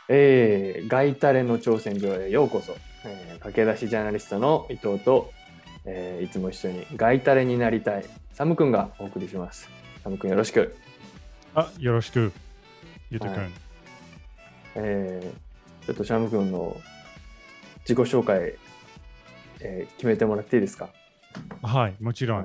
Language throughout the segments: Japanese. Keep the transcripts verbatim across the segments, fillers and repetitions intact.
えー、ガイタレの挑戦状へようこそ、えー、駆け出しジャーナリストの伊藤と、えー、いつも一緒にガイタレになりたいサムくんがお送りします。サムくんよろしく。 あ、よろしく、ゆとくん、はい。 えー、ちょっとサムくんの自己紹介、えー、決めてもらっていいですか？ はい、もちろん。はい、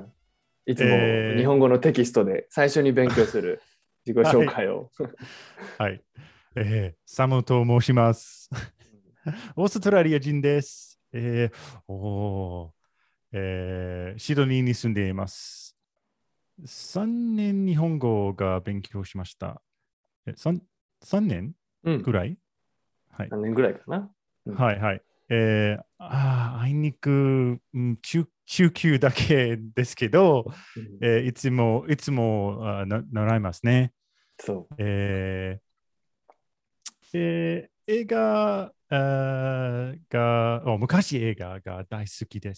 いつも日本語のテキストで最初に勉強する自己紹介を。 はい、はいえー、サムと申します。オーストラリア人です。えーおーえー、シドニーに住んでいます。さんねん日本語が勉強しました。え 3, 3年ぐらい、うん、はい、 さんねんぐらいかな。 うん、はいはい。えー、ああいにく、うん、中, 中級だけですけど、うん、えー、いつもいつもあな習いますね。 そう。 えーえー、映画が昔映画が大好きです。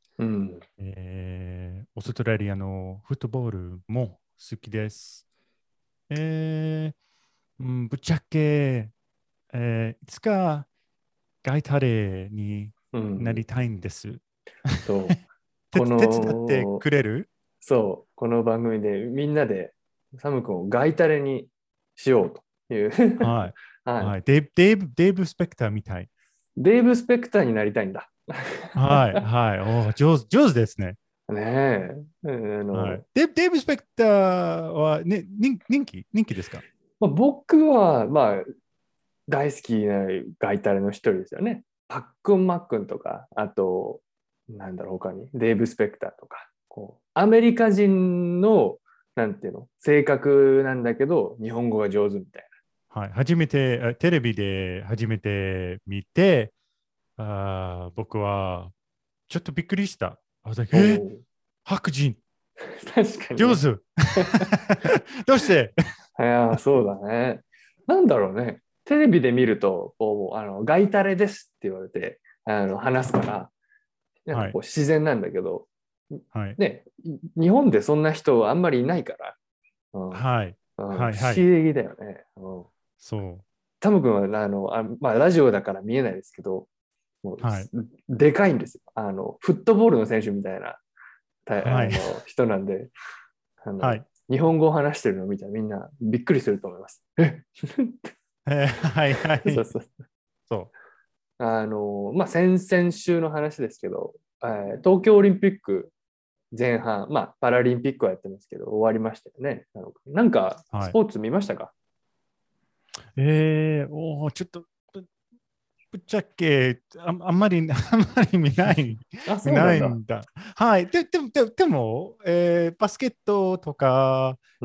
うんえー、オーストラリアのフットボールも好きです。えーうん、ぶっちゃけ、えー、いつかガイタレになりたいんです。うん、 そう手この手伝ってくれる？ そうこの番組でみんなでサム君をガイタレにしようというはい、 はい、 はい、デーブ。デーブ・スペクターみたい。 デーブ・スペクターになりたいんだ。 はい、はい。お上手、上手ですね。 ねえ。あの、 はい、デデーブ・スペクターは、ね、人人気人気ですか？ まあ、僕は、まあ、大好きなガイタレの一人ですよね。パックン・マックンとか、あと、なんだろう、他に、デーブ・スペクターとか、こう、アメリカ人の、なんていうの、性格なんだけど、日本語が上手みたいな。はい、初めて、テレビで初めて見て、あ僕はちょっとびっくりした。あwas like, え白人確かにね。 上手どうして？ いや、そうだね。なんだろうね。テレビで見ると、こう、あの、ガイタレですって言われて、あの、話すから、なんかはい。 こう自然なんだけど、 はい。 ね、日本でそんな人あんまりいないから、うん、 はい。 うん、不はい。はい。 思議だよね。うん、 そタム君はあのあ、まあ、ラジオだから見えないですけど、もうう。はい。 でかいんですよ。あのフットボールの選手みたいなあはい。 の人なんであの、 はい。 日本語を話してるのを見たらみんなびっくりすると思います。ええーはい。はい。 そうそう。 そあの、まあ、先々週の話ですけど、えー東京オリンピック前半、まあ、パラリンピックはやってますけど、終わりましたよね。なんか、 う。はい。 スポーツ見ましたか？ えー、おーちょっと、ぶぶっちゃけ、あ、あんまり、あんまり見ない、 あ、 見なそうなんだ。 いんだ。はい。で、でも、ででも、えーバスケットとか、 うん。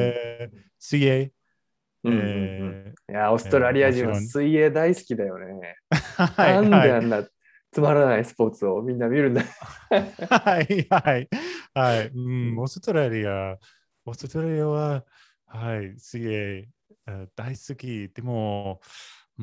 えー水泳、 うんうんうん。 えいや、オーーえーストラリアもちろん。 人は水泳大好きだよね。 はい。 なんはい。 であんなつまらないスポーツをみんな見るんだ。 はい、はい、はい。うん、オーストラリア、オーストラリアは、はい、水泳、え大好き。でも、うん、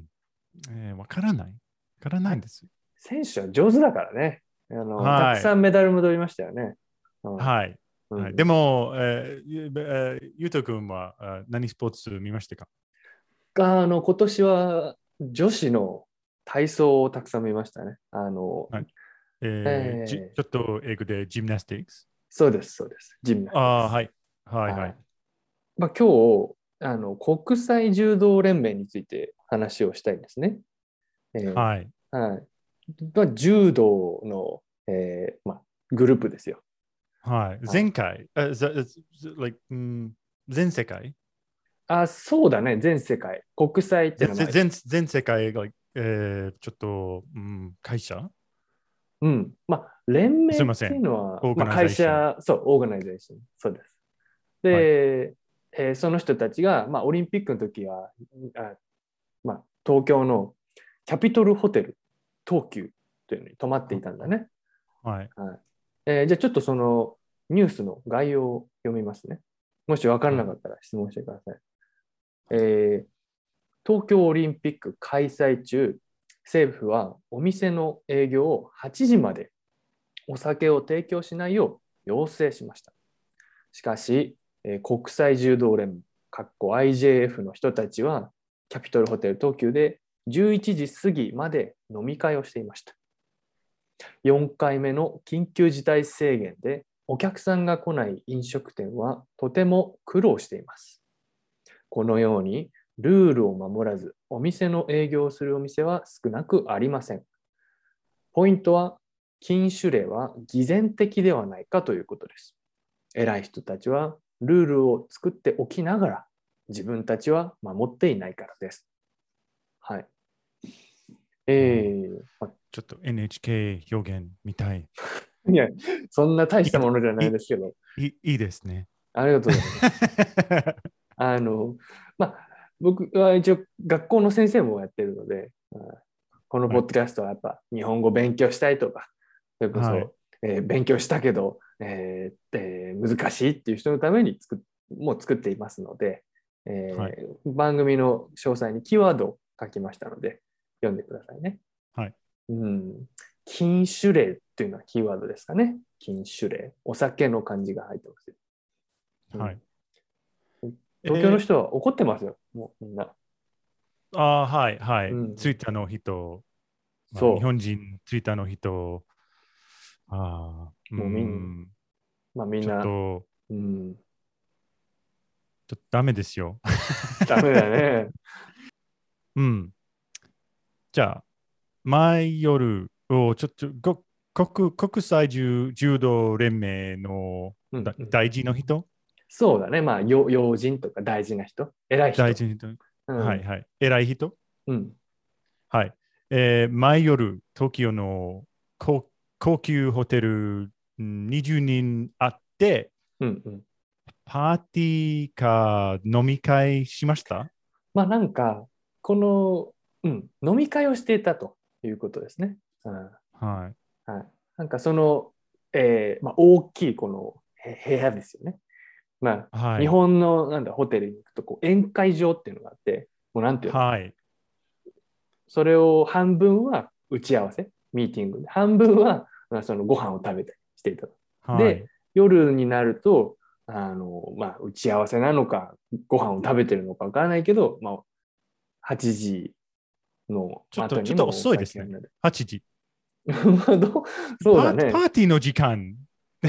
えーわからない。わからないんです。 選手は上手だからね。あの、たくはい、 さんメダルも取りましたよね。うん。 はい。はい、でうん、 も、えーゆえーゆうとくんはあ何スポーツ見ましたか？ あの、今年は女子の体操をたくさん見ましたね。あの、 はい、えーじえーちょっと英語でジムナスティックス。 そうです、そうです。ジムナああ、 スティックス。 はい。はい、はい。 はい。まあ、今日、あの、国際柔道連盟について話をしたいんですね。えーはい。 はい。まあ、柔道の、えーまあ、グループですよ。 はい。 はい。 前回、あざざ like うん全世界あ、そうだね。全世界。国際っていうのは、まあ、 全全全世界が、えーちょっと、うん、会社うん。まあ、連盟っていうすみません。 のは、まあ、 オーガナイゼ会ーション。 社、そう、オーガナイゼーション。そうです。 はい。 で、えーその人たちが、まあ、オリンピックの時は、あまあ、東京のキャピトルホテル東急というのに泊まっていたんだね。 はい。 はい。えーじゃあちょっとそのニュースの概要を読みますね。もし分からはい。 なかったら質問してください。えー東京オリンピック開催中、政府はお店の営業をはちじまでお酒を提供しないよう要請しました。しかし、えー国際柔道連盟、アイジェーエフの人たちはキャピトルホテル東急でじゅういちじ過ぎまで飲み会をしていました。よんかいめの緊急事態宣言でお客さんが来ない飲食店はとても苦労しています。このようにルールを守らずお店の営業をするお店は少なくありません。ポイントは禁酒令は偽善的ではないかということです。偉い人たちはルールを作っておきながら自分たちは守っていないからです。はい。えー、まちょっと エヌエイチケー 表現みたい。 いや、そんな大したものじゃないですけど。 いいいいですね。 ありがとうございます。あの、まあ、僕は一応学校の先生もやってるので、このポッドキャストはやっぱ日本語勉強したいとか、それこそ、 はいえー勉強したけど、えーえー難しいっていう人のために作っもう作っていますので、えーはい番組の詳細にキーワードを書きましたので、読んでくださいね。 はい。 うん、禁酒令っていうのはキーワードですかね。禁酒令。お酒の漢字が入ってますよ。うんはい。 東京のえー人は怒ってますよ。もうみんな。 あーはいはい。 うんツイッターの人、まあ、日そ本人ツイッターの人、ああ、うう。もうみんな、 ん、 まあみんちょっな、 と、 うん、 ちょっとダメですよ。 ダメだね。 うん。じゃあ、毎夜をちょっとご国国際柔柔道連盟のだうんうん、 大事な人そうだね。まあ、よ要人とか大事な人、偉い人。 大事な人うん、 はいはい。偉い人うん、 はい。えー毎夜、東京の高高級ホテルうんにじゅうにんあって、 うん、うん。 パーティーか飲み会しました？ まあなんか、この、うん、飲み会をしていたということですね。うんはい。 はい、なんかその、えーまあ、大きいこのへ部屋ですよね。まあ、日はい。 本のなんだホテルに行くとこう宴会場っていうのがあって、もうなんていうの、 はい。 それを半分は打ち合わせ、ミーティングで、半分はまあそのご飯を食べたりしていた。で、 はい。 夜になると、あの、まあ、打ち合わせなのか、ご飯を食べてるのかわからないけど、まあ、はちじのちょっと、ちょっと後にもお遅いですね。 酒になる。 はちじ。 まあどうそうパー、パだね。 ーティーの時間うん。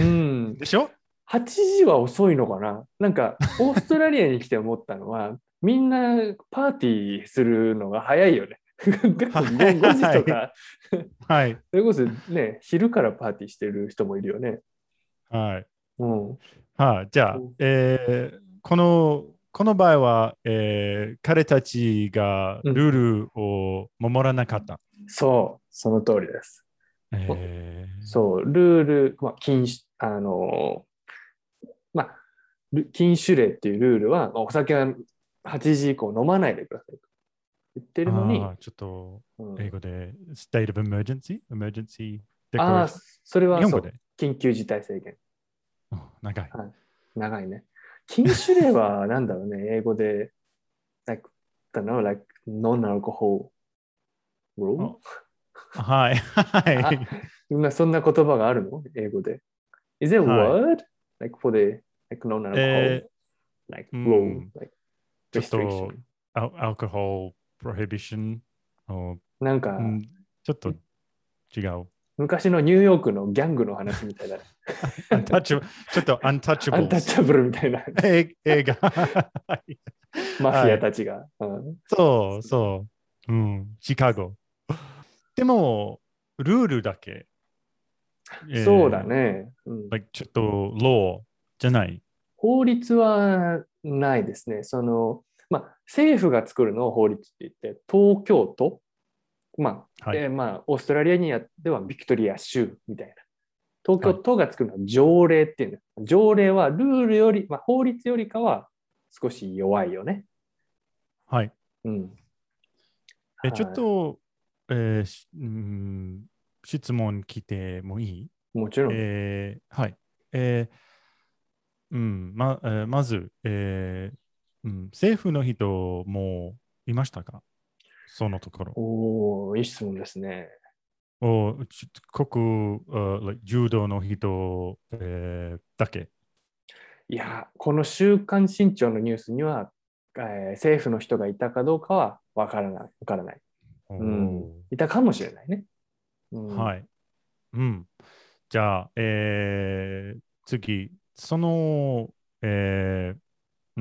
でしょ？ はちじは遅いのかな。なんか、オーストラリアに来て思ったのは、みんなパーティーするのが早いよね。結構はいご, ごじはい。 とか、 はい。 それこそね、昼からパーティーしてる人もいるよね。 はい。 うん。 はい。じゃあ、えーこの、この場合は、えー彼たちがうん。 ルールを守らなかった。 そう、その通りです。 えそう、ルール、まあ、禁止、あの、まあ、ル禁酒令っていうルールは、まあお酒ははちじ以降飲まないでくださいと言ってー、 るのに、 ああ、ちょっとうん、 英語で state of emergency, emergency ああ、 declaration。 それはそう、 日本語で。 緊急事態宣言。 うん長い。 はい、長いね。禁酒令はなんだろうね、英語で、like, don't know, like non-alcohol rule? はい。はあ、 い。 まあそんな言葉があるの英語で。Is there a はい。 word? Like for the like non-alcohol え like ー、う rule, ん。 like ちょっと、 restriction? アアルコール、プロヒビション、 なんか、 うん、ちょっと違う。 昔のニューヨークのギャングの話みたいな。 アンタッチャブル、ちょっとアンタッチャアンブルズ。 タッチャブルみたいなえ映画。はい。 マフィアはい。 たちが。うん、 そうそう。うん。シカゴ。でも、ルールだけ、 そうだえね、うん。 ー、like ちょっと、ローじゃない。 法律はないですね。その、まあ、政府が作るのを法律って言って、東京都、まあ、 はい。 えーまあ、オーストラリアにではビクトリア州みたいな。東はい。 京都が作るのは条例っていうの。条例はルールより、まあ、法律よりかは少し弱いよね。 はい。 うん。 え、ちょっはと、えーしうん、質問来てもいい？ い。もちろん。 えーはい。えーうん、ま、えーまず、えーうん、政府の人もいましたか？そのところ。 おお、いい質問ですね。 おち国、あ like 柔道の人、えーだけ。 いや、この週刊新潮のニュースにはえー政府の人がいたかどうかはわからない。わからない。 おうん。 ーいたかもしれないね。うん。 はい。うん。じゃあ、えー次、その、えーうん、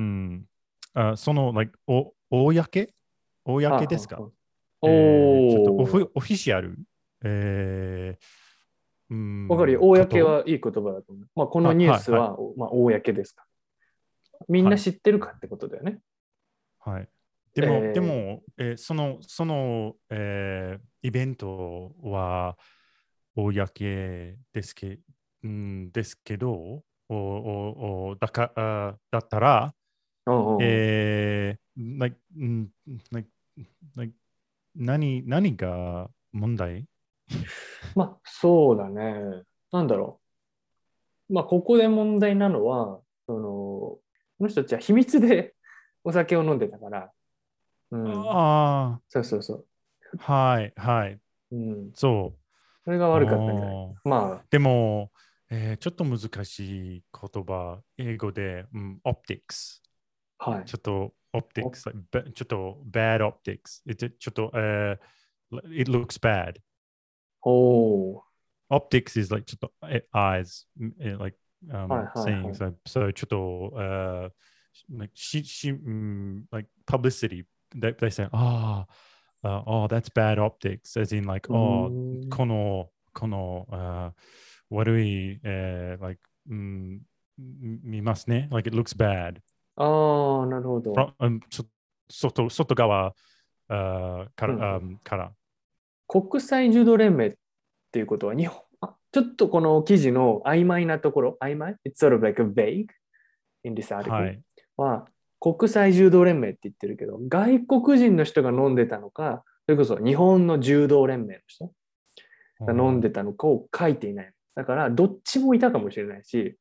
あその、like、お、公は公ですか？ いはいはい。 えーちょっとオフ、 おー。 オフィシャル、えーうわかるよ。 ん、こと、 公はいい言葉だと思う。まあ、このは、 ニューはい、はい、 スは、まあ、公ですか。みんはい。 な知ってるかってことだよね。 はい。でも、でえも、えーその、その、えーイベントは公ですけ、うん、ですけど、おおおだか、あだったら、 ー、うんうん。 えー、like うん、like like 何、何が問題？ まあ、そうだね。なんだろう。まあ、ここで問題なのは、その、この人たちは秘密でお酒を飲んでたから、うん。 あそうそうそあ、はい、はい。 う。うん。 そそれがう。 悪かったんじゃないかおーな。までも、えーちょっと難しい言葉、英語で、うん、optics。 あ、はい。 ちょっとお optics、like, ba- ちょっと bad optics。えちょちょっと、えー it looks bad。 おー。 optics is like ちょっと、え eyes、え like はい um, はい saying はい。 so, so ちょっと、uh, like しし、um, like publicity they, they say ah uh, oh that's bad optics as in like うー oh ん。 このこの、uh, 悪い、uh, like、um, 見ますね like it looks bad ああ、なるほど。 from、um, ちょ外外側、uh, から、 うんうん。 um, から国際柔道連盟っていうことは、日本、あ、ちょっとこの記事の曖昧なところ、曖昧 ?It's sort of like a vague in this は article いは、国際柔道連盟って言ってるけど、外国人の人が飲んでたのか、それこそ日本の柔道連盟の人が飲んおでたのかを書いていない。だから、どっちもいたかもしれないし、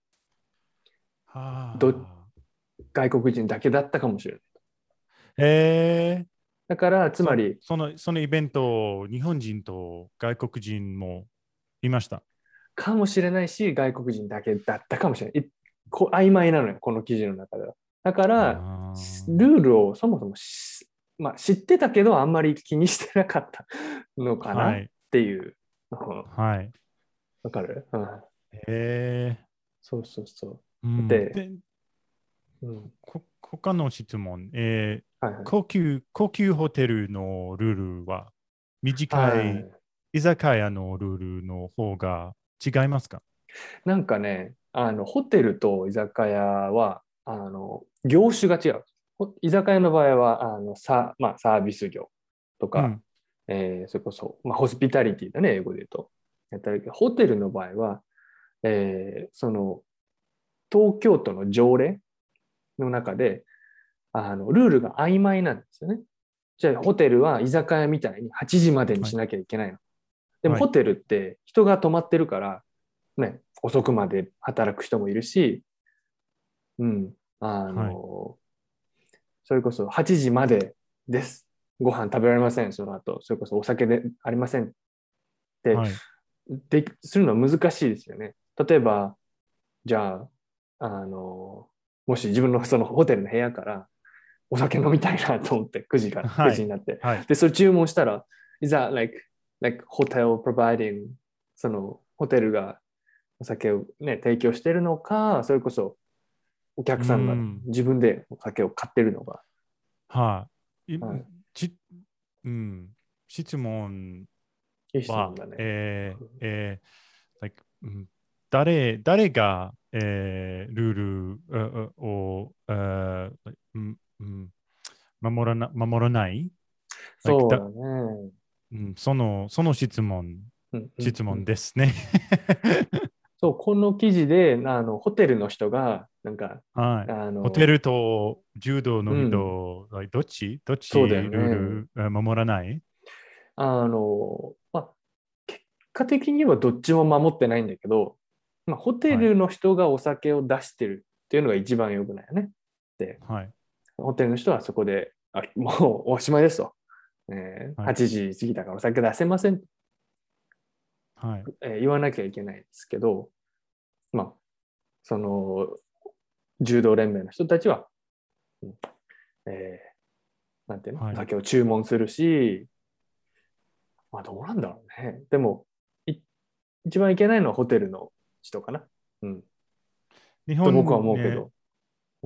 どはあ外国人だけだったかもしれない。 えーだから、つまそり、 そのそのイベント、日本人と外国人もいました。 かもしれないし、外国人だけだったかもしれない。いこ曖昧なのよ、この記事の中では。だから、ルールをそもそもし、まあ、知ってたけど、あんまり気にしてなかったのかなっはい、 ていう。うん、 はい。 わかる、うん、 えそうそうそー、うう。 ん。 で、 で、 うん、 こ他の質問、えーはいはい。 高級、高級ホテルのルールは短いは居酒屋のルールの方が違いますか？ い。なんかね、あの、ホテルと居酒屋は、あの、業種が違う。ほ居酒屋の場合は、あの、さ、まあ、サービス業とか、 うん。 えーそれこそ、まあ、ホスピタリティだね、英語で言うと。やったらいいけど、ホテルの場合は、えーその、東京都の条例の中で、あの、ルールが曖昧なんですよね。じゃあ、ホテルは居酒屋みたいにはちじまでにはい。 しなきゃいけないの。でも、 はい。 ホテルって人が泊まってるから、ね、遅くまで働く人もいるし、うん、あはい。 の、それこそはちじまでです。ご飯食べられません、その後。それこそお酒でありませんってはい。 でするのは難しいですよね。例えば、じゃあ、あの、もし自分のそのホテルの部屋からお酒飲みたいなと思って、くじが、9 はい。 時になって。 はい。 で、それ注文したら、is that like, like hotel providing そのホテルがお酒をね、提供してるのか、それこそおうー客さんがん。 自分でお酒を買ってるのか。 はい。いはい、 ち、うん。質問いい質問は、 だね。 えーえー like うん、誰、誰が、えールールううを、えーうんうん、守らな、守らない like だ、 そうだね。 うん、その、その質問、 うんうん質うん。 問ですね。 そう、この記事で、あの、ホテルの人が、なんか、 はい。 あの、 ホテルと柔道のうん、 人、like どっちどっちそうだよルーね。 ルえー守らない？ あの、まあ、結果的にはどっちも守ってないんだけど、まあ、ホテはい。 ルの人がお酒を出してるっていうのが一番良くないよね。で、 はい。 ホテルの人はそこで、あ、もうおしまいですと。えー、 はい。 はちじ過ぎたからお酒出せません、 はい。 えー言わなきゃいけないんですけど、まあ、その、柔道連盟の人たちは、 えー、なんていうの、 はい。 酒を注文するし、まあどうなんだろうね。でも、い一番いけないのはホテルの人かな。うん。 日と僕は本、ね、 思うけど。うん。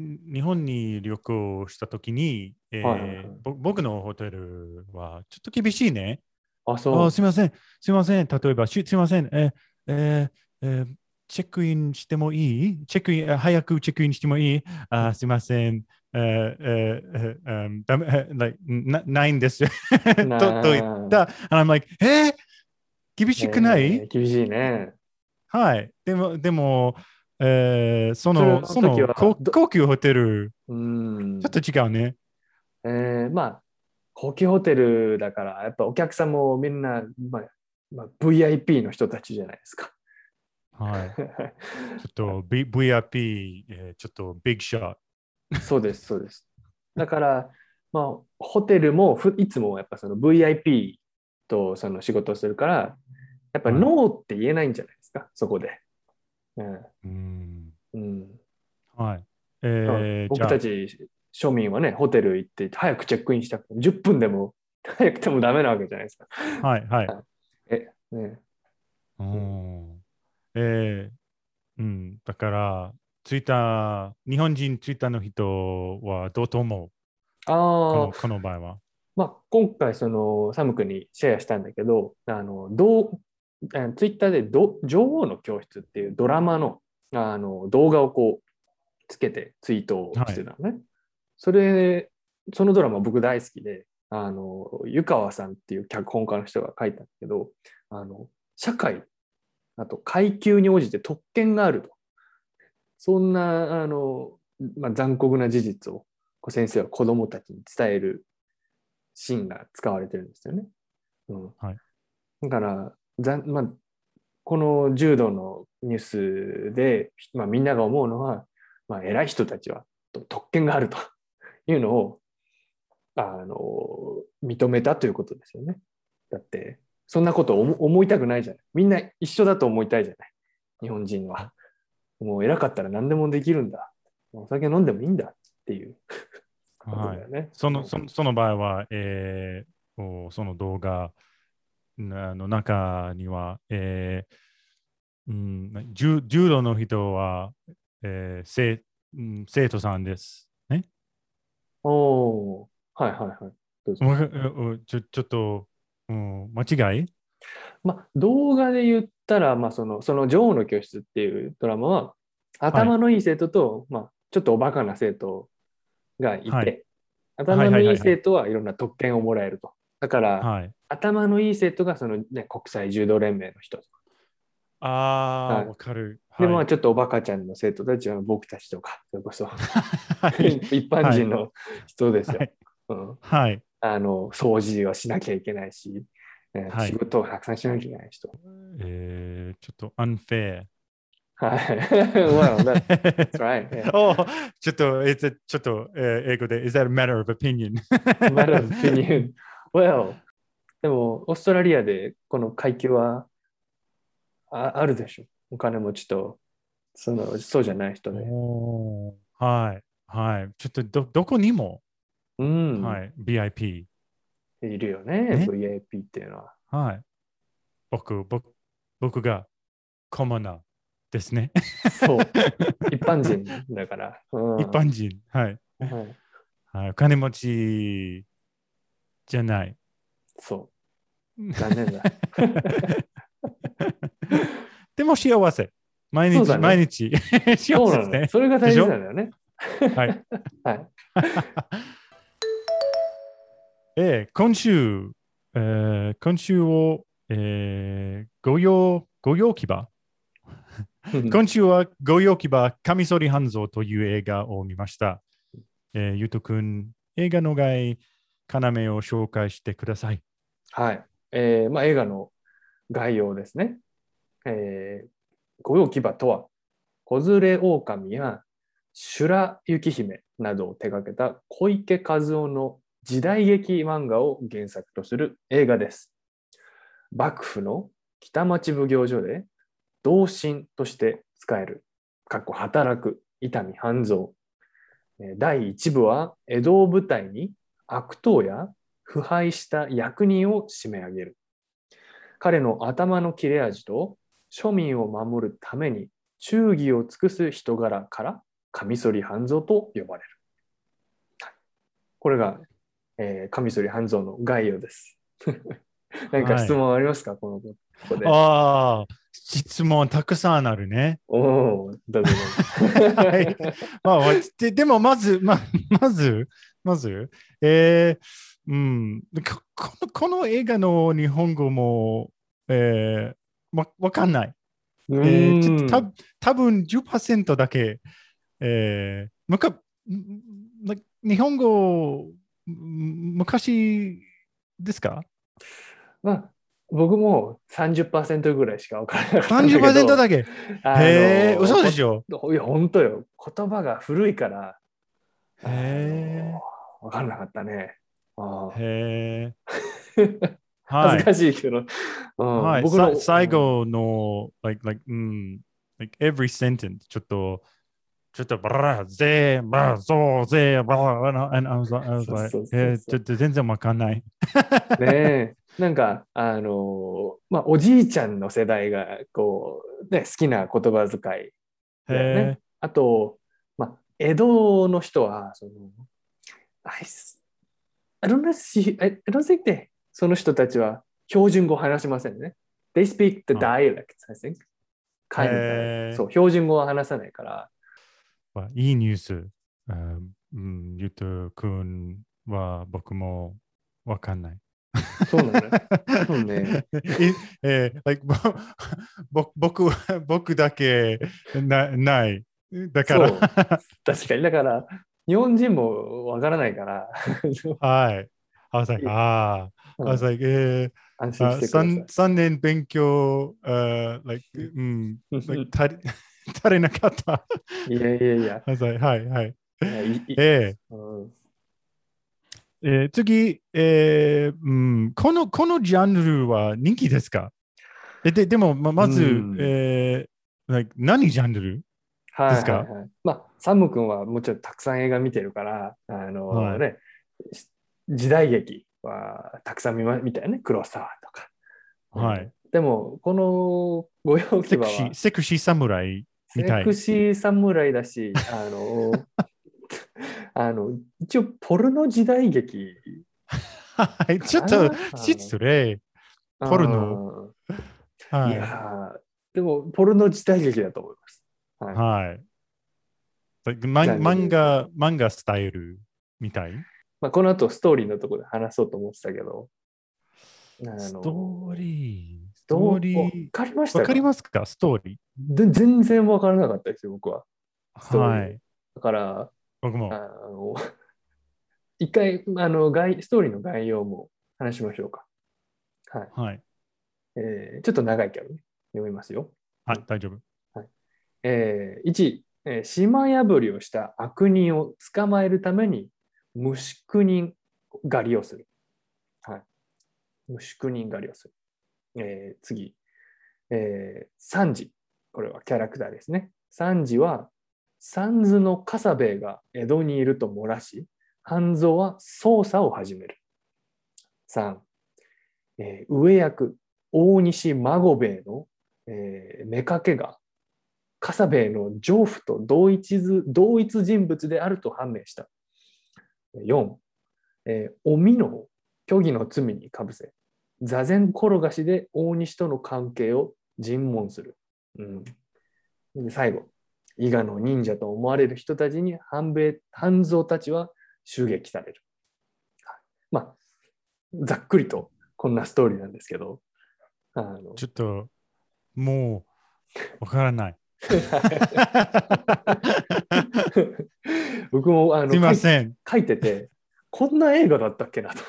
に日本に旅行したときに、 はいはいえーはい。 ぼ僕のホテルはちょっと厳しいね。 あ、 あ、 そすみません、すみません。例えば、しすみません。えーえーえーチェックインしてもいいチェックイン、あ早くチェックインしてもいいう。 あ、すみません。えーえーえーうんダメえー like なないんですよと。と言っなた。And I'm like, えー、厳あ、 しくない？ えー、厳しいね。 はい。でも、でも、えーそそれの、 の時そのはど、 高高級ホテル、 うちょっん。 と違うね。 えー、まあ、高級ホテルだから、やっぱお客さんもみんな、まあ、まあ、ブイアイピー の人たちじゃないですか。 はい。ちょっと、B、ブイアイピー、えーちょっとビッグショット。 そうです、そうです。だから、まあ、ホテルもふいつもやっぱその ブイアイピー とその仕事をするから、やっぱはい。 ノーって言えないんじゃないですか、そこで。うん。 うん。 うん、 はい。 だからえーじゃあ、 僕たち庶民はね、ホテル行って早くチェックインしたくてもじゅっぷんでも早くてもダメなわけじゃないですか。 はい、はい。 はい。え、ね。 ううん、 ん。えーうん。だから、ツイッター、日本人ツイッターの人はどうと思う？この、 ああ、 この場合は。 まあ、今回そのサム君にシェアしたんだけど、あの、どう、ツイッターでど女王の教室っていうドラマの、あの動画をこうつけてツイートをはい。 してたのね。それ、そのドラマ僕大好きで、あの、湯川さんっていう脚本家の人が書いたんだけど、あの、社会、あと階級に応じて特権があると。そんな、あの、まあ、残酷な事実をこう先生は子供たちに伝えるシーンが使われてるんですよね。うん、 はい。 だから、ざんまあ、この柔道のニュースで、まあ、みんなが思うのは、まあ、偉い人たちは特権があるというのをあの認めたということですよね。だって、そんなことを思いたくないじゃない。みんな一緒だと思いたいじゃない。日本人は。もう偉かったら何でもできるんだ。お酒飲んでもいいんだっていうことはい。 だよね。 その、 うん、 その、その場合は、えー、おその動画の中には、えーうん、柔柔道の人は、えー生うん、生徒さんです。ね。 おー、はいはいはい。どうぞ。 わかうちょ、ちょっと、うん、間違い？ まあ、動画で言ったら、まあ、その、その女王の教室っていうドラマは、 はい。 頭のいい生徒と、まあ、ちょっとおバカな生徒がいはい。 て、 はい頭のいいはいはいはい。 生徒はいろんな特権をもらえると。だから、 はい。 頭のいい生徒がその、ね、国際柔道連盟の人とか。 ああ、 はい。 わかる。 で、まあ、 はい。 ちょっとおバカちゃんの生徒たちは僕たちとか、それこそはい。 一般はい。 人の人ですよ。 はい。 うん。 はい。 あの、掃除はしなきゃいけないし、えー仕はい。 事をたくさんしなきゃいけない人。 えー、ちょっと unfair。 はい。well, that, that's right. Yeah. おちょっと、えーちょっと、えー英語で、is that a matter of opinion? Matter of opinion. Well, でも、オーストラリアでこの階級はああるでしょ。お金持ちと、その、そうじゃない人で。 おーはい。はい。ちょっとど、どこにも、 うん。 はい。ブイアイピいるよね、 ー。ね。 ブイアイピー っていうのは。 はい。僕、僕、僕がコモナーですね。 そう。一般人だから。うん。 一般人。はい。 はい、 はい。お金持ちじゃない。 そう。残念だ。 でも幸せ。毎日、 そうだね。 毎日幸そうなのよ。 せですね。 それが大事なでしょ？ んだよね。 はい。 はい。 えー今週、えー今週を、えー、御用、御用騎馬今週は御用騎馬カミソリ半蔵という映画を見ました。えー、ゆうとくん、映画の概要を紹介してください。 はい。えーまあ、映画の概要ですね。えー、御用騎馬とは、子連れ狼や修羅雪姫などを手掛けた小池和夫の時代劇漫画を原作とする映画です。幕府の北町奉行所で同心として使える、かっこ働く伊丹半蔵。 だいいち部は江戸を舞台に悪党や腐敗した役人を締め上げる。彼の頭の切れ味と庶民を守るために忠義を尽くす人柄からカミソリ半蔵と呼ばれる。これが、えー、カミソリ半蔵の概要です。何か質問ありますか、はい、このここで。 ああ、質問たくさんあるね。 おお、どうぞどうぞ。 はい。まあ、ででもまず、ままず、まず、えーうん、このこの映画の日本語も、えー、わわかんない。えー、ちょっとた多分じゅっパーセントだけ、えー、むか日本語昔ですか？ まあ、僕もさんじゅっパーセントぐらいしか分からなかったんだけど。 さんじゅっパーセントだけ。 あのへえ、嘘でしょ。 いや、本当よ。言葉が古いから、 へえ。 分からなかったね。あへえ。 恥ずかしいけど。うん、 はい。 僕の最後の、like, like, うん、like every sentence、ちょっと、ちょっと、バラ、ゼー、バラ、ゾー、ゼー、バラ、and I was like, I was like えー、ちょっと全然わかんない。 ねえ。なんか、あの、まあ、おじいちゃんの世代が、こう、ね、好きな言葉遣いだよね。あと、まあ、江戸の人は、その、I, I don't know, I don't think they その人たちは標準語を話しませんね。They speak the dialect, I think. Kind of dialect. そう、標準語は話さないから。 いいニュース。うん、ゆうとくんは僕もわかんない。 そうなのね。多分ね。 えー、like 僕僕だけなない。だから。 そう。確かに。だから、日本人もわからないから。 はい。I was like, ああ。I was like, えー、 安心してください。 さんねん勉強、uh, like, うん、like 足り足りなかった。 いやいやいや。 I was like, はいはい。 いいえーうんえー、次、えーうん、この、このジャンルは人気ですか？えででも、ままず、えー、like 何ジャンルですか？ はいはいはい。まあ、サム君はもちろんたくさん映画見てるから、あのね、はい、時代劇はたくさん見ま見たよね。黒沢とか。 はい。 うん、でも、この御用騎馬は、 セクシー侍みたい。 セクシー侍だし、あの、あの、一応、ポルノ時代劇。 はい、ちょっと失礼。ポルノ。 はい、いやでも、ポルノ時代劇だと思います。はい。 はい、漫画、漫画スタイルみたい。 まあ、この後、ストーリーのところで話そうと思ってたけど。 あのストーリー。ストーリー。わかりましたか？ わかりますか？ストーリー。全然わからなかったですよ、僕は。 はい。 だから、 僕も。 あの一回あの概、ストーリーの概要も話しましょうか。はい。 はいえー、ちょっと長いけどね、読みますよ。 はい、うん、大丈夫。 はいえー、いち、えー、島破りをした悪人を捕まえるために無宿人狩りをする。はい。無宿人狩りをする。えー、次、えー、三次。これはキャラクターですね。三次は、三途の笠兵衛が江戸にいると漏らし、半蔵は捜査を始める。さん、えー、上役、大西孫兵衛の、えー、妾が、笠兵衛の丈夫と同一同一人物であると判明した。よん、えー、お美濃を虚偽の罪にかぶせ、座禅転がしで大西との関係を尋問する。うん、で最後、伊賀の忍者と思われる人たちに半兵衛半蔵たちは襲撃される。まあ、ざっくりとこんなストーリーなんですけど。 あのちょっと、もう、わからない。 僕もあのすいません書いてて、こんな映画だったっけなと思って。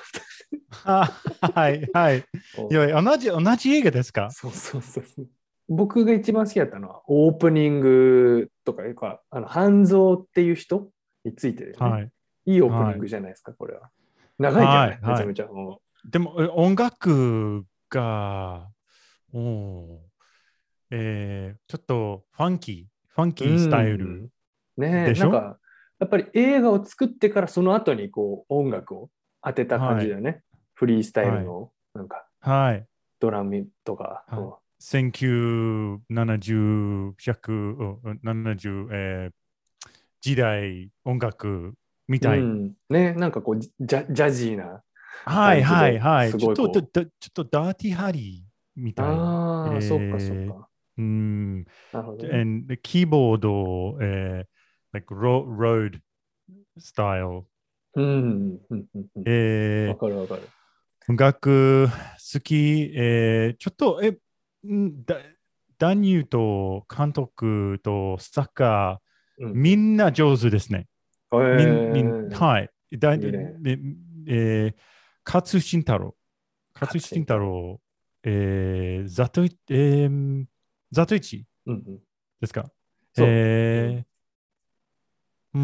はいはい。いや同じ同じ映画ですか？ そうそうそう。僕が一番好きだったのはオープニングとかいうか、あの半蔵っていう人についてるよね。はい、いいオープニングじゃないですか、はい、これは。長いけどね、はい、めちゃめちゃ。もうでも音楽が、おえー、ちょっとファンキー、ファンキースタイルねえ、なんかやっぱり映画を作ってからその後にこう音楽を当てた感はい。 じだよね。フリースタイルはい。 のなんかはい。 ドラムとか。 はい。 こせんきゅうひゃくななじゅう、ひゃく、うんななじゅう、えー時代音楽みう、うたい。 ん。ね、なんかこうジャ、ジャジーなはいはい感じではい。 すちょっと、だごいこだちょっとダーティーハリーみう。 たい。 ああ、そっかそっえー、 か。 うん。 なるほどね。 And the keyboard を、えー、like ro- road style。 うん、うん、うん、うん。わえかるわかる。 ー、音楽好き。えー、ちょっと、え、んだ、男優と監督とサッカー、 うん、 みんな上手ですね。 うん。 みん、みん、 えはい。だ、 え、いいね。 ええー、勝新太郎。勝勝新新太郎。 太郎、えー、ザトイ、えー、ザトイチうん、うん。 ですか？ そう。うん。 えー、うん。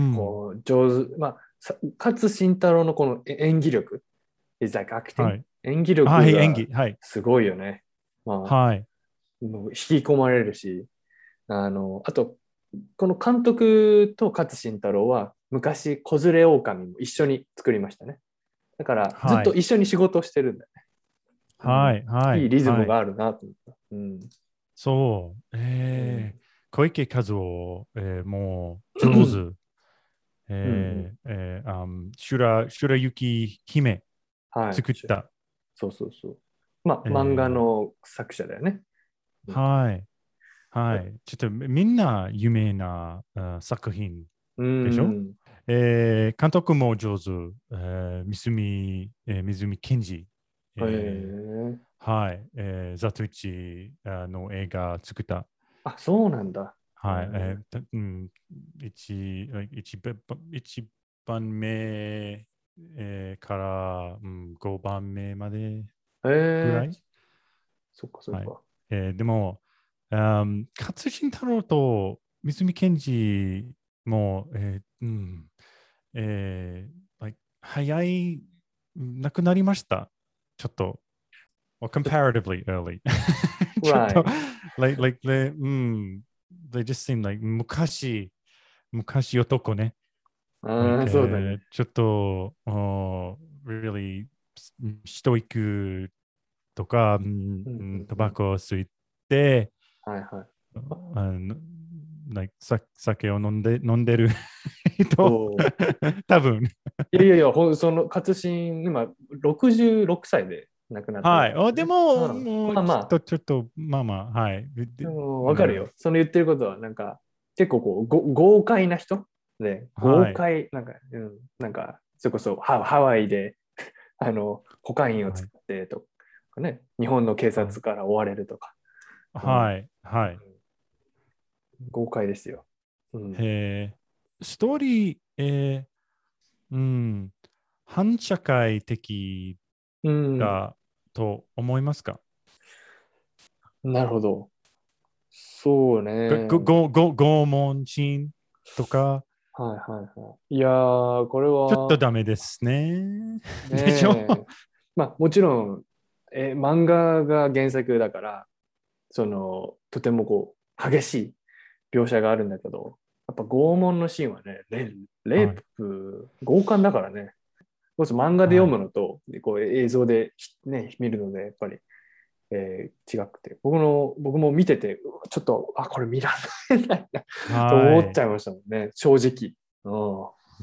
こう、上手。まあ、さ勝新太郎のこの演技力。is like acting。 はい。 演技はい、演力が技。はい。 すごいよね。まはい。 あ、もう引き込まれるし、あの、あと、この監督と勝新太郎は昔、子連れ狼も一緒に作りましたね。だから、ずっはい。 と一緒に仕事をしてるんだよね。うん。 はい。はい。 いいリズはい。 ムがあるなと思った。うん。 そう。 うん。 えー、小池和夫、えー、もう上手。 うんうん。 えー、えー、あん、修羅、修羅行き姫はい。 作った。 そうそうそう。まあ、漫画えー、 の作者だよね。うん。 はい。はい。ちょっとみんな有名なあ作品うでしょ？ ん。 えー監督も上手、えー、水見、えー、水見健二、 へええ。 ーはい、えー、ザトウイチあの映画作った。 あ、そうなんだ。へはい、ええ。 ーたうん、一一番一番目、えーから、うん、ごばんめまでへえ。 ぐらい。 そっかそっはい。 か。 えーでも、あー勝新太郎と三見健二も、えーうんえー like 早い、亡くなりました。ちょっと、or ちょ comparatively early ちょっと、 right. like, like, they, うん、they just seem like 昔、昔男ね。 あ like, あ、そうだね。 えーちょっと、oh, really ストイックとか、うんうんうんタうんうん。 バコを吸って、 はいはい。あ、 あの、like さ酒を飲んで、飲んでる人、 そう。 多分。 いやいやいや、ほんその、勝新、今、ろくじゅうろくさいで亡くなったはい。あ、 からね。うでも、 ん。 もう、 まあまあ、 ちょっと、ちょっと、まあまあ、はい。でででもうん、 わかるよ。その言ってることは、なんか、結構こう、ご豪快な人で、豪はい。 快、なんか、うん、なんか、それこそハ、ハワイで、あの、コカインをはい。 使ってとかね、日本の警はい。 察から追われるとか、うん、 はい。はい。 豪快ですよ。うん。 えー、ストーリー、えー、うん、反社会的うん、 だと思いますか？ なるほど。そうね。 ご、ご、ご、拷問シーンとか、 はいはいはい。いやー、これちょっとは、 ダメですね。 ねでしょ？ え、まあもちろん、え、漫画が原作だから、その、とてもこう、激しい描写があるんだけど、やっぱ拷問のシーンはね、レ、レイはい。 プ、強姦だからね。もし漫画ではい。 読むのと、でこう映像でね、見るので、やっぱり、えー違くて、僕の、僕も見てて、うわちょっと、あ、これ見られないなと思っちはい。 ゃいましたもんね、正直。うんうん。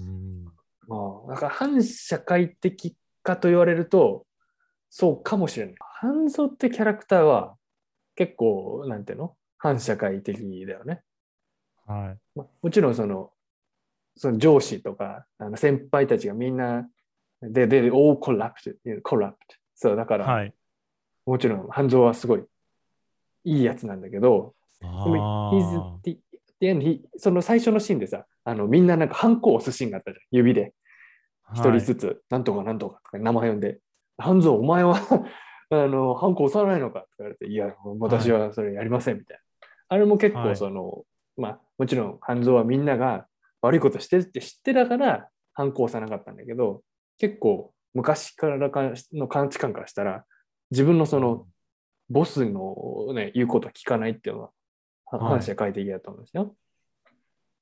まあ、だから反社会的かと言われると、そうかもしれない。ハンゾってキャラクターは結構、なんていうの反社会的だよね。 はい。 まあ、もちろんその、その上司とか、あの先輩たちがみんな、で、で、all corrupt, corrupt。そう、だから、 はい。 もちろん、半蔵はすごいいいやつなんだけど、でも、he's あ the, the end, he, その最初のシーンでさ、あの、みんななんかハンコを押すシーンがあったじゃん。指で。 あ。 一人はい。 ずつ、なんとかなんとかとか名前呼んで、半蔵、お前はあの、ハンコ押さないのかとか言われて、いや、 はい。 私はそれやりませんみたいな。あれも結構はい。 その、まあ、もちろん半蔵はみんなが悪いことしてるって知ってたから、ハンコ押さなかったんだけど、結構昔からの価値観からしたら、自分のその、 うんボスのね、言うことは聞かないっていうのは、反はい。 社会的だと思うんですよ。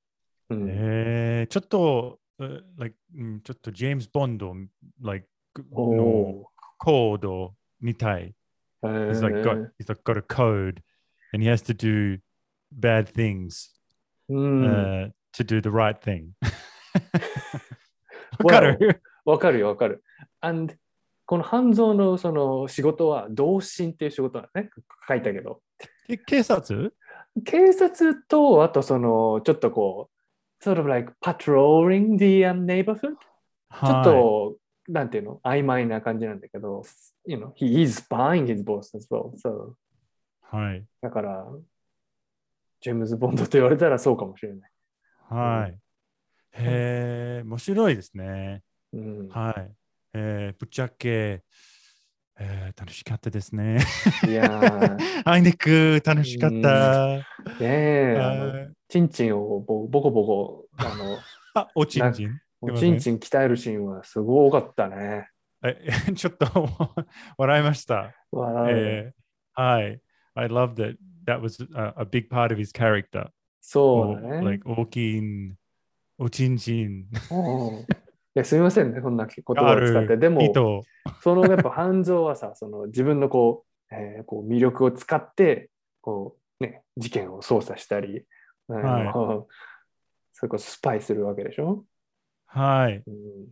うん、 えー、ちょっと、uh, like, うんちょっとジェームズ・ボンド、like, のおコードみたい。 ー、え He's like got, ー、 he's like got a code and he has to do bad things うん。 uh, to do the right thing. わか Well、 るわかるよ、わかる。And この半蔵のその仕事は同心っていう仕事なんだね。書いたけど。 け警察警察と、あとその、ちょっとこう、sort of like patrolling the um, neighborhood? ちょっはい。 と、なんていうの曖昧な感じなんだけど、you know, he is spying his boss as well. So, はい。 だから、ジェームズ・ボンドと言われたらそうかもしれない。うん。 はい。へえ、面白いですね。 うん、 はい。えーぶっちゃけ、えー楽しかったですね。 いやー、 あいにく楽うしかっん、ねた。 え、あの、 はいチンチンをボボコボコ、あの、 あ、おちんな、 ちん。すもうチンいません。 チン鍛えるシーンはすごかったね。 えちょっと笑いました。 笑うよ。 えーはい。I love that. That was a, a big part of his character. そうだお、 ね。 like 大きいおちんちんうん。いや、すみませんね、こんな言葉があるを使って。でも、 人。 そのやっぱ半蔵はさ、その自分のこう、えーこう魅力を使って、こう、ね、事件を捜査したり、あはい。 の、それこそスパイするわけでしょ。 はい。 うん、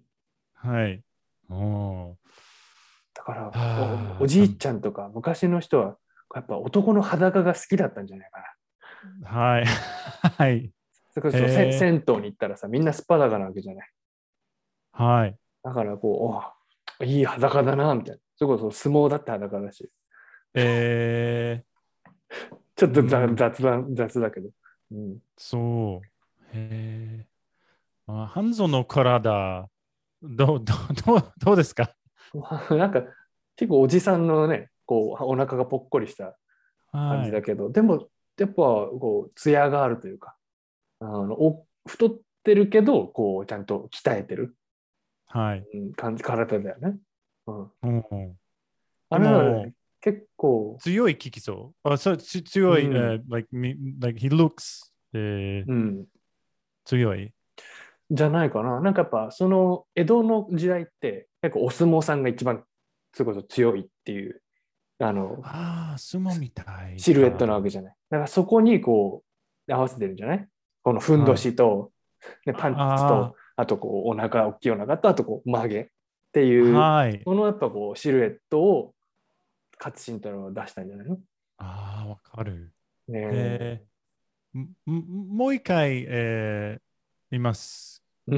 はい。おー。 だからお、おはあ、 じいちゃんとか昔の人は、やっぱ男の裸が好きだったんじゃないかな。 はい。はい。 それこそせへえ。 銭湯に行ったらさ、みんなすっぱだかなわけじゃない。 はい。 だからこう、おいい裸だな、みたいな。それこそ相撲だって裸だし。 えちょっー、うと雑ん、 雑だ雑だけど。うん、 そう。へえ。あ、ハンゾの体、どう、どう、どう、どうですか？ なんか結構おじさんのね、こうお腹がぽっこりした感はい。 じだけど、でもやっぱこう艶があるというか、あのお太ってるけど、こうちゃんと鍛えてる、 はい。 うん、感じ、体だよね。うん、 うん、 あれはでも、 ね、結構、 強い聞きそう。あ、そう、つ強い、 うん、 uh, like, me, like he looks、えーうん、 強い。 じゃないかな。なんかやっぱその江戸の時代って結構お相撲さんが一番それこそ強いっていう、あのああ、相撲みたいシルエットなわか。 けじゃない。だからそこにこう合わせてるんじゃない？このふんどはい。 しと、ね、パンツと、 ああとこうお腹、大きいお腹と、あとこう曲げってあ、 いう、 はい。 このやっぱこうシルエットを勝新太郎は出したんじゃないの？ ああ、わかる。 ねえ。 えー、んんもう一回、えー、いますうん。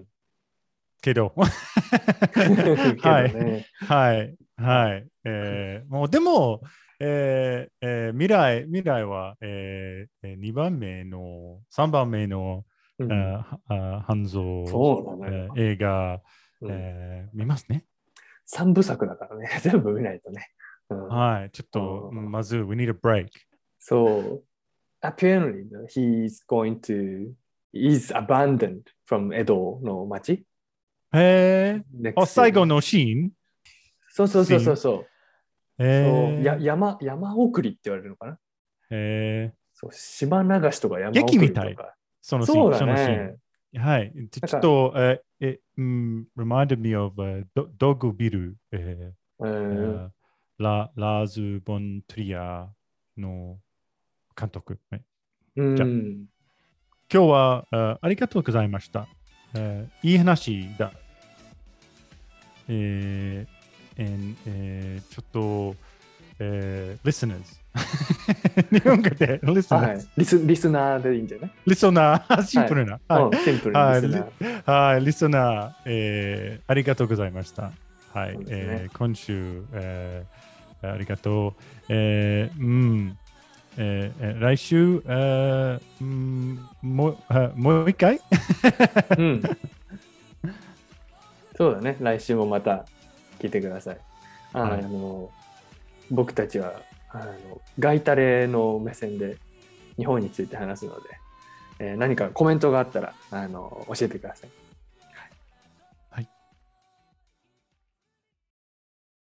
けど。 けはい。 どね。 はい。 はい。 はい。えー、もうでも、えーえー未来、未来は、えー、にばんめの、さんばんめの、あうん。 あ半蔵、 そうなのよ。 えー映画、 うん。 えー見ますね。 三部作だからね。全部見ないとね。うん。 はい。ちょっと、 うん、 まず、we need a break。 そう。Apparently, he's going to, is abandoned from 江戸の町へえ。あ、 next 最後 scene。 のシーンそうそうそうそうシーンそう。そう、や、 へ山、山送りって言われるのかな。 え。へえ。 そう、島流しとか山送劇みたい。 りとか。 そのシーン、 そうだそのシーね。 ン。はい。ちょなんか、 ちょっと、え、え、うん、reminded me of、uh, ドドッグビル、えうん、 ー、ラ、ラーズ・ボン・トリアの監督。ねうじゃあ、 ん、 今日はあありがとうございました。えーいい話だ。えー and えーちょっと、えー listeners 日本語で listeners はい。リス、リスナーでいいんじゃない？ リスナー、シンはい。 プルな。はい。 うん、シンプルにリはい。リスナー。 はい、リスナー、えーありがとうございました。はい。 そうですね。 えー今週、えーありがとう。えーうん。えーえー来週、えーうんもうあもう一回うん。そうだね。来週もまた聞いてください。あはい。 の、僕たちは、あの、ガイタレの目線で日本について話すので、えー何かコメントがあったら、あの、教えてください。